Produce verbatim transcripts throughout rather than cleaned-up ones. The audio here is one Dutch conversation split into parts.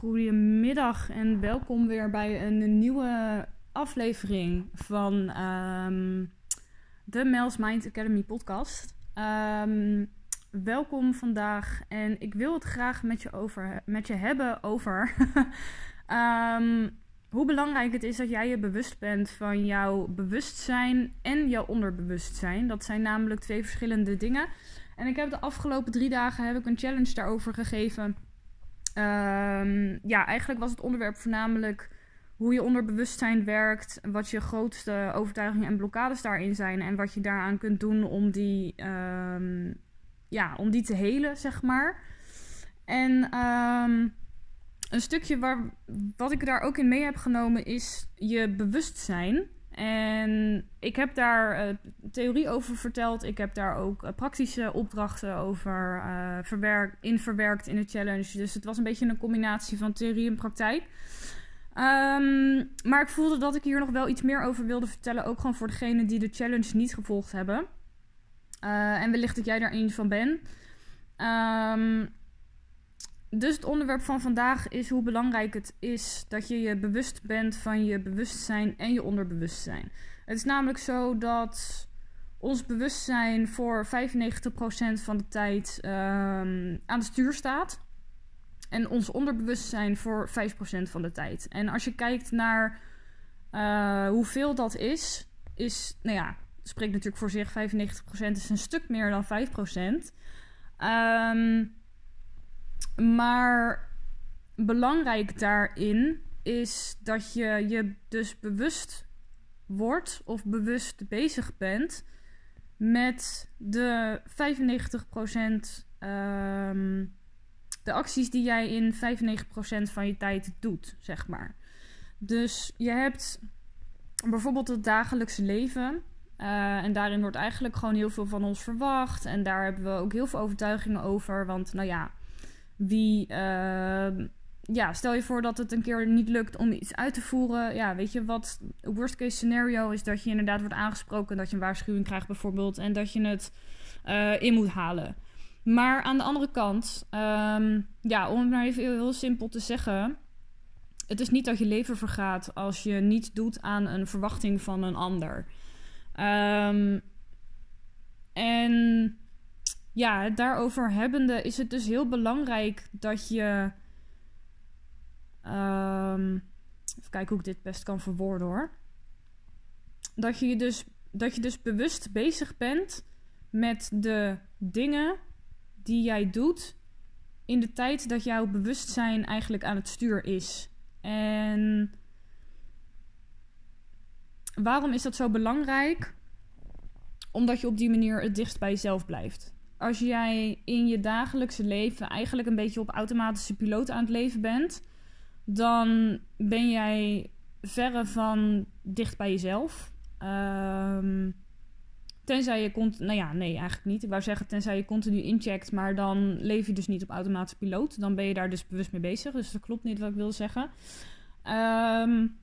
Goedemiddag en welkom weer bij een nieuwe aflevering van um, de Mel's Mind Academy podcast. Um, welkom vandaag en ik wil het graag met je, over, met je hebben over um, hoe belangrijk het is dat jij je bewust bent van jouw bewustzijn en jouw onderbewustzijn. Dat zijn namelijk twee verschillende dingen. En ik heb de afgelopen drie dagen heb ik een challenge daarover gegeven. Um, ja, eigenlijk was het onderwerp voornamelijk hoe je onderbewustzijn werkt, wat je grootste overtuigingen en blokkades daarin zijn en wat je daaraan kunt doen om die, um, ja, om die te helen, zeg maar. En um, een stukje waar, wat ik daar ook in mee heb genomen is je bewustzijn. En ik heb daar uh, theorie over verteld. Ik heb daar ook uh, praktische opdrachten over uh, verwerkt, in verwerkt in de challenge. Dus het was een beetje een combinatie van theorie en praktijk. Um, maar ik voelde dat ik hier nog wel iets meer over wilde vertellen. Ook gewoon voor degenen die de challenge niet gevolgd hebben. Uh, en wellicht dat jij daar een van bent. Um, Dus het onderwerp van vandaag is hoe belangrijk het is dat je je bewust bent van je bewustzijn en je onderbewustzijn. Het is namelijk zo dat ons bewustzijn voor vijfennegentig procent van de tijd um, aan het stuur staat. En ons onderbewustzijn voor vijf procent van de tijd. En als je kijkt naar uh, hoeveel dat is, is, nou ja, spreekt natuurlijk voor zich, vijfennegentig procent is een stuk meer dan vijf procent. Um, Maar belangrijk daarin is dat je je dus bewust wordt of bewust bezig bent met de vijfennegentig procent um, de acties die jij in vijfennegentig procent van je tijd doet, zeg maar. Dus je hebt bijvoorbeeld het dagelijkse leven. Uh, en daarin wordt eigenlijk gewoon heel veel van ons verwacht. En daar hebben we ook heel veel overtuigingen over. Want nou ja, Wie, uh, ja, stel je voor dat het een keer niet lukt om iets uit te voeren. Ja, weet je wat? Worst case scenario is dat je inderdaad wordt aangesproken, dat je een waarschuwing krijgt bijvoorbeeld en dat je het uh, in moet halen. Maar aan de andere kant, um, ja, om het maar even heel, heel simpel te zeggen, het is niet dat je leven vergaat als je niet doet aan een verwachting van een ander. Um, en Ja, daarover hebbende is het dus heel belangrijk dat je Um, even kijken hoe ik dit best kan verwoorden hoor. Dat je, dus, dat je dus bewust bezig bent met de dingen die jij doet in de tijd dat jouw bewustzijn eigenlijk aan het stuur is. En waarom is dat zo belangrijk? Omdat je op die manier het dichtst bij jezelf blijft. Als jij in je dagelijkse leven eigenlijk een beetje op automatische piloot aan het leven bent, dan ben jij verre van dicht bij jezelf. Um, tenzij je continu, nou ja, nee, eigenlijk niet. Ik wou zeggen, tenzij je continu incheckt, maar dan leef je dus niet op automatische piloot. Dan ben je daar dus bewust mee bezig. Dus dat klopt niet wat ik wilde zeggen. Um,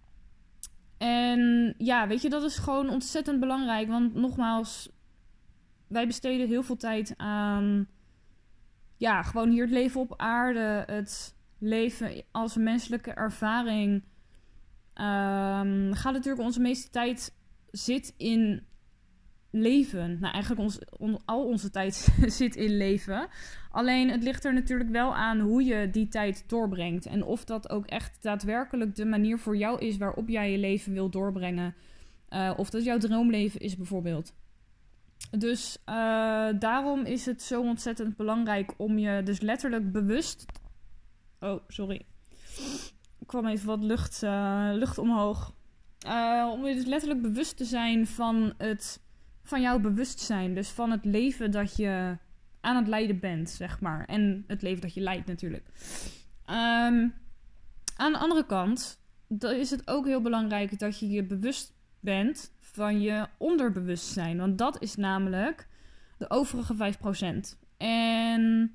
en ja, weet je, dat is gewoon ontzettend belangrijk. Want nogmaals, wij besteden heel veel tijd aan, ja, gewoon hier het leven op aarde, het leven als een menselijke ervaring. Um, gaat natuurlijk onze meeste tijd zit in leven. Nou, eigenlijk ons, on, al onze tijd zit in leven. Alleen het ligt er natuurlijk wel aan hoe je die tijd doorbrengt. En of dat ook echt daadwerkelijk de manier voor jou is waarop jij je leven wil doorbrengen. Uh, of dat jouw droomleven is bijvoorbeeld. Dus uh, daarom is het zo ontzettend belangrijk om je dus letterlijk bewust... Oh, sorry. Ik kwam even wat lucht, uh, lucht omhoog. Uh, om je dus letterlijk bewust te zijn van, het, van jouw bewustzijn. Dus van het leven dat je aan het leiden bent, zeg maar. En het leven dat je leidt natuurlijk. Um, aan de andere kant dan is het ook heel belangrijk dat je je bewust bent van je onderbewustzijn. Want dat is namelijk de overige vijf procent. En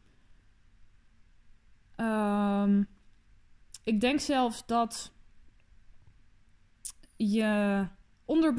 um, ik denk zelfs dat je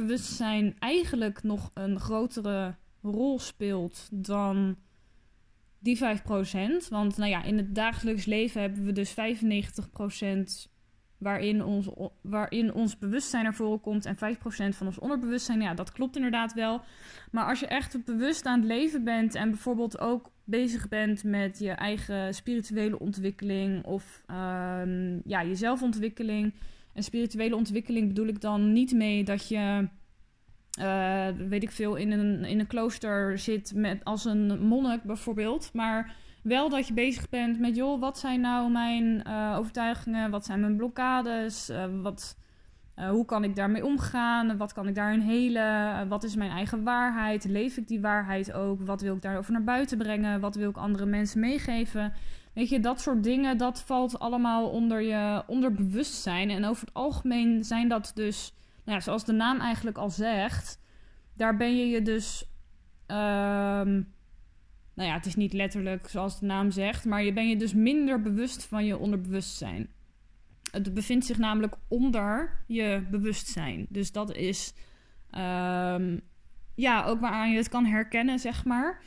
onderbewustzijn eigenlijk nog een grotere rol speelt dan die vijf procent. Want nou ja, in het dagelijks leven hebben we dus vijfennegentig procent waarin ons, waarin ons bewustzijn naar voren komt en vijf procent van ons onderbewustzijn. Ja, dat klopt inderdaad wel. Maar als je echt bewust aan het leven bent en bijvoorbeeld ook bezig bent met je eigen spirituele ontwikkeling of um, ja, je zelfontwikkeling. En spirituele ontwikkeling bedoel ik dan niet mee dat je, uh, weet ik veel, in een, in een klooster zit met, als een monnik bijvoorbeeld. Maar wel dat je bezig bent met, joh, wat zijn nou mijn uh, overtuigingen? Wat zijn mijn blokkades? Uh, wat, uh, hoe kan ik daarmee omgaan? Wat kan ik daarin helen? Uh, wat is mijn eigen waarheid? Leef ik die waarheid ook? Wat wil ik daarover naar buiten brengen? Wat wil ik andere mensen meegeven? Weet je, dat soort dingen, dat valt allemaal onder je onderbewustzijn. En over het algemeen zijn dat dus, nou ja, zoals de naam eigenlijk al zegt, daar ben je je dus, um, nou ja, het is niet letterlijk zoals de naam zegt, maar je ben je dus minder bewust van je onderbewustzijn. Het bevindt zich namelijk onder je bewustzijn. Dus dat is, um, ja, ook waaraan je het kan herkennen, zeg maar.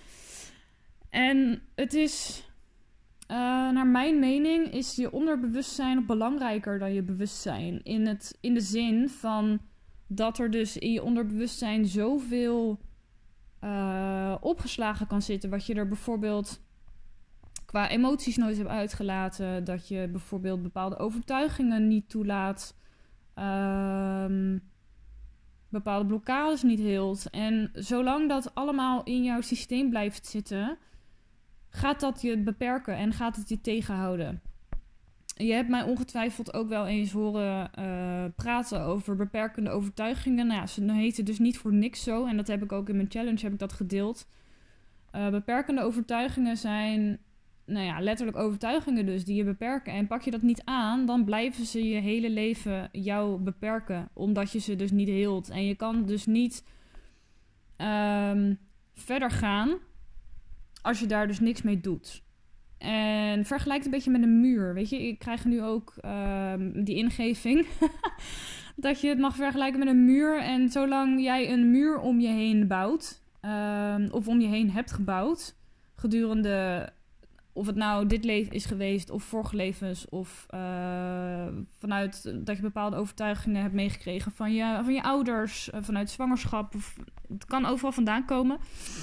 En het is, Uh, naar mijn mening is je onderbewustzijn belangrijker dan je bewustzijn. In, het, in de zin van dat er dus in je onderbewustzijn zoveel uh, opgeslagen kan zitten. Wat je er bijvoorbeeld qua emoties nooit hebt uitgelaten. Dat je bijvoorbeeld bepaalde overtuigingen niet toelaat. Um, bepaalde blokkades niet heelt. En zolang dat allemaal in jouw systeem blijft zitten, gaat dat je beperken en gaat het je tegenhouden. Je hebt mij ongetwijfeld ook wel eens horen uh, praten over beperkende overtuigingen. Nou ja, ze heten dus niet voor niks zo. En dat heb ik ook in mijn challenge heb ik dat gedeeld. Uh, beperkende overtuigingen zijn, nou ja, letterlijk overtuigingen dus die je beperken. En pak je dat niet aan, dan blijven ze je hele leven jou beperken. Omdat je ze dus niet heelt. En je kan dus niet um, verder gaan als je daar dus niks mee doet. En vergelijk het een beetje met een muur. Weet je, ik krijg nu ook um, die ingeving dat je het mag vergelijken met een muur. En zolang jij een muur om je heen bouwt, um, of om je heen hebt gebouwd, gedurende, of het nou dit leven is geweest, of vorige levens, of uh, vanuit dat je bepaalde overtuigingen hebt meegekregen van je, van je ouders, uh, vanuit zwangerschap, of, het kan overal vandaan komen.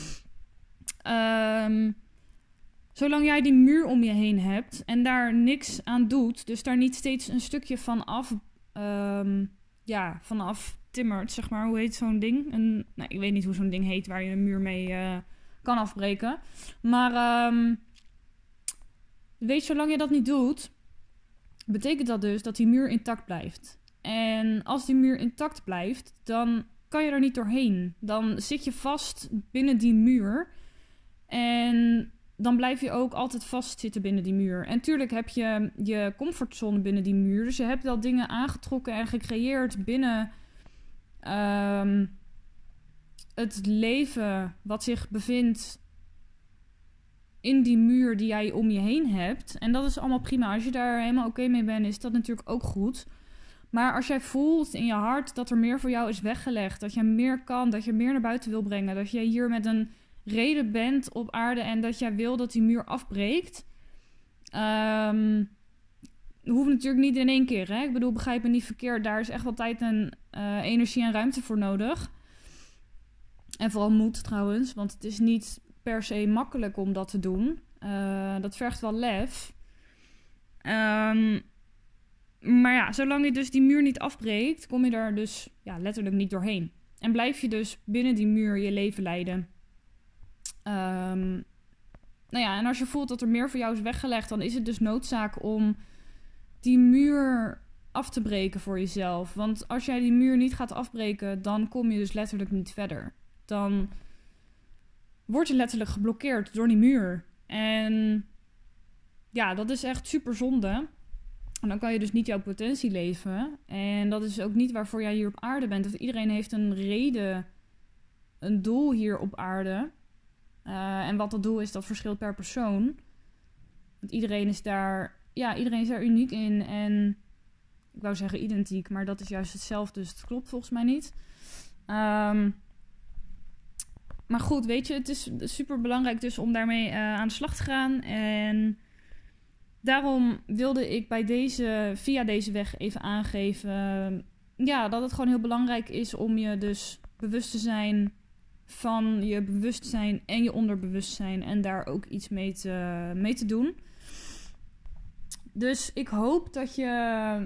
Um, zolang jij die muur om je heen hebt en daar niks aan doet, dus daar niet steeds een stukje van af, um, ja, vanaf timmert, zeg maar, hoe heet zo'n ding? Een, nou, ik weet niet hoe zo'n ding heet waar je een muur mee uh, kan afbreken. Maar um, weet, zolang je dat niet doet, betekent dat dus dat die muur intact blijft. En als die muur intact blijft, dan kan je er niet doorheen. Dan zit je vast binnen die muur. En dan blijf je ook altijd vastzitten binnen die muur. En tuurlijk heb je je comfortzone binnen die muur. Dus je hebt wel dingen aangetrokken en gecreëerd binnen um, het leven wat zich bevindt in die muur die jij om je heen hebt. En dat is allemaal prima. Als je daar helemaal oké mee bent, is dat natuurlijk ook goed. Maar als jij voelt in je hart dat er meer voor jou is weggelegd, dat jij meer kan, dat je meer naar buiten wil brengen, dat jij hier met een reden bent op aarde en dat jij wil dat die muur afbreekt, um, hoeft natuurlijk niet in één keer. Hè? Ik bedoel, begrijp me niet verkeerd, daar is echt wel tijd en uh, energie en ruimte voor nodig. En vooral moed trouwens, want het is niet per se makkelijk om dat te doen. Uh, dat vergt wel lef. Um, maar ja, zolang je dus die muur niet afbreekt, kom je daar dus ja, letterlijk niet doorheen. En blijf je dus binnen die muur je leven leiden. Um, nou ja, en als je voelt dat er meer voor jou is weggelegd, dan is het dus noodzaak om die muur af te breken voor jezelf. Want als jij die muur niet gaat afbreken, dan kom je dus letterlijk niet verder. Dan word je letterlijk geblokkeerd door die muur. En ja, dat is echt super zonde. En dan kan je dus niet jouw potentie leven. En dat is ook niet waarvoor jij hier op aarde bent. Want iedereen heeft een reden, een doel hier op aarde. Uh, en wat dat doel is, dat verschilt per persoon. Want iedereen is daar, ja, iedereen is daar uniek in. En ik wou zeggen identiek, maar dat is juist hetzelfde. Dus het klopt volgens mij niet. Um, maar goed, weet je, het is super belangrijk dus om daarmee uh, aan de slag te gaan. En daarom wilde ik bij deze, via deze weg even aangeven... Uh, ja, dat het gewoon heel belangrijk is om je dus bewust te zijn van je bewustzijn en je onderbewustzijn. En daar ook iets mee te, mee te doen. Dus ik hoop dat je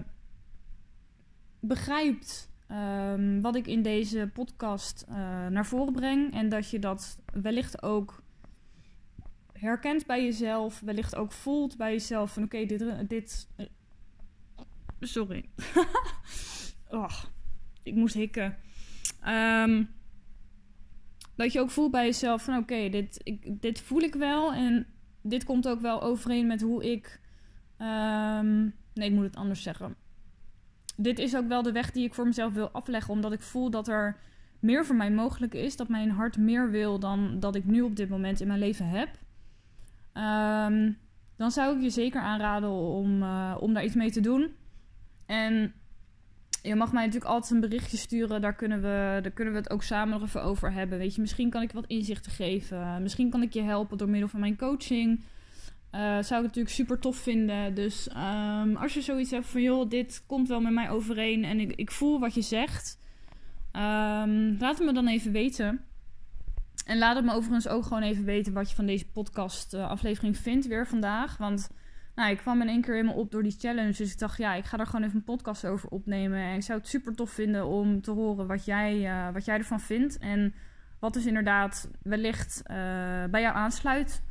begrijpt um, wat ik in deze podcast uh, naar voren breng. En dat je dat wellicht ook herkent bij jezelf. Wellicht ook voelt bij jezelf van oké, okay, dit, dit... Sorry. oh, ik moest hikken. Um, dat je ook voelt bij jezelf van oké, okay, dit, ik, dit voel ik wel. En dit komt ook wel overeen met hoe ik... Um, nee, ik moet het anders zeggen. Dit is ook wel de weg die ik voor mezelf wil afleggen. Omdat ik voel dat er meer voor mij mogelijk is. Dat mijn hart meer wil dan dat ik nu op dit moment in mijn leven heb. Um, dan zou ik je zeker aanraden om, uh, om daar iets mee te doen. En je mag mij natuurlijk altijd een berichtje sturen. Daar kunnen we, daar kunnen we het ook samen nog even over hebben. Weet je, misschien kan ik je wat inzichten geven. Misschien kan ik je helpen door middel van mijn coaching. Uh, zou ik natuurlijk super tof vinden. Dus um, als je zoiets hebt van... joh, dit komt wel met mij overeen... en ik, ik voel wat je zegt... Um, laat het me dan even weten. En laat het me overigens ook gewoon even weten... wat je van deze podcast uh, aflevering vindt weer vandaag. Want nou, ik kwam in één keer helemaal op door die challenge. Dus ik dacht, ja, ik ga daar gewoon even een podcast over opnemen. En ik zou het super tof vinden om te horen... wat jij, uh, wat jij ervan vindt. En wat dus inderdaad wellicht uh, bij jou aansluit...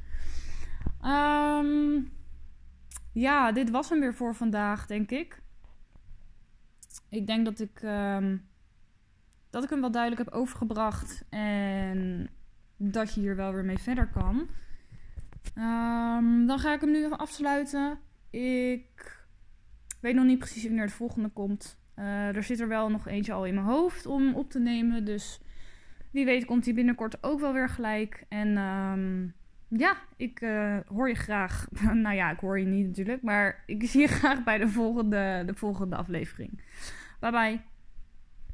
Um, ja, dit was hem weer voor vandaag, denk ik. Ik denk dat ik, um, dat ik hem wel duidelijk heb overgebracht. En dat je hier wel weer mee verder kan. Um, dan ga ik hem nu even afsluiten. Ik weet nog niet precies wanneer de volgende komt. Uh, er zit er wel nog eentje al in mijn hoofd om op te nemen. Dus wie weet komt die binnenkort ook wel weer gelijk. En... Um, Ja, ik uh, hoor je graag. Nou ja, ik hoor je niet natuurlijk. Maar ik zie je graag bij de volgende, de volgende aflevering. Bye bye.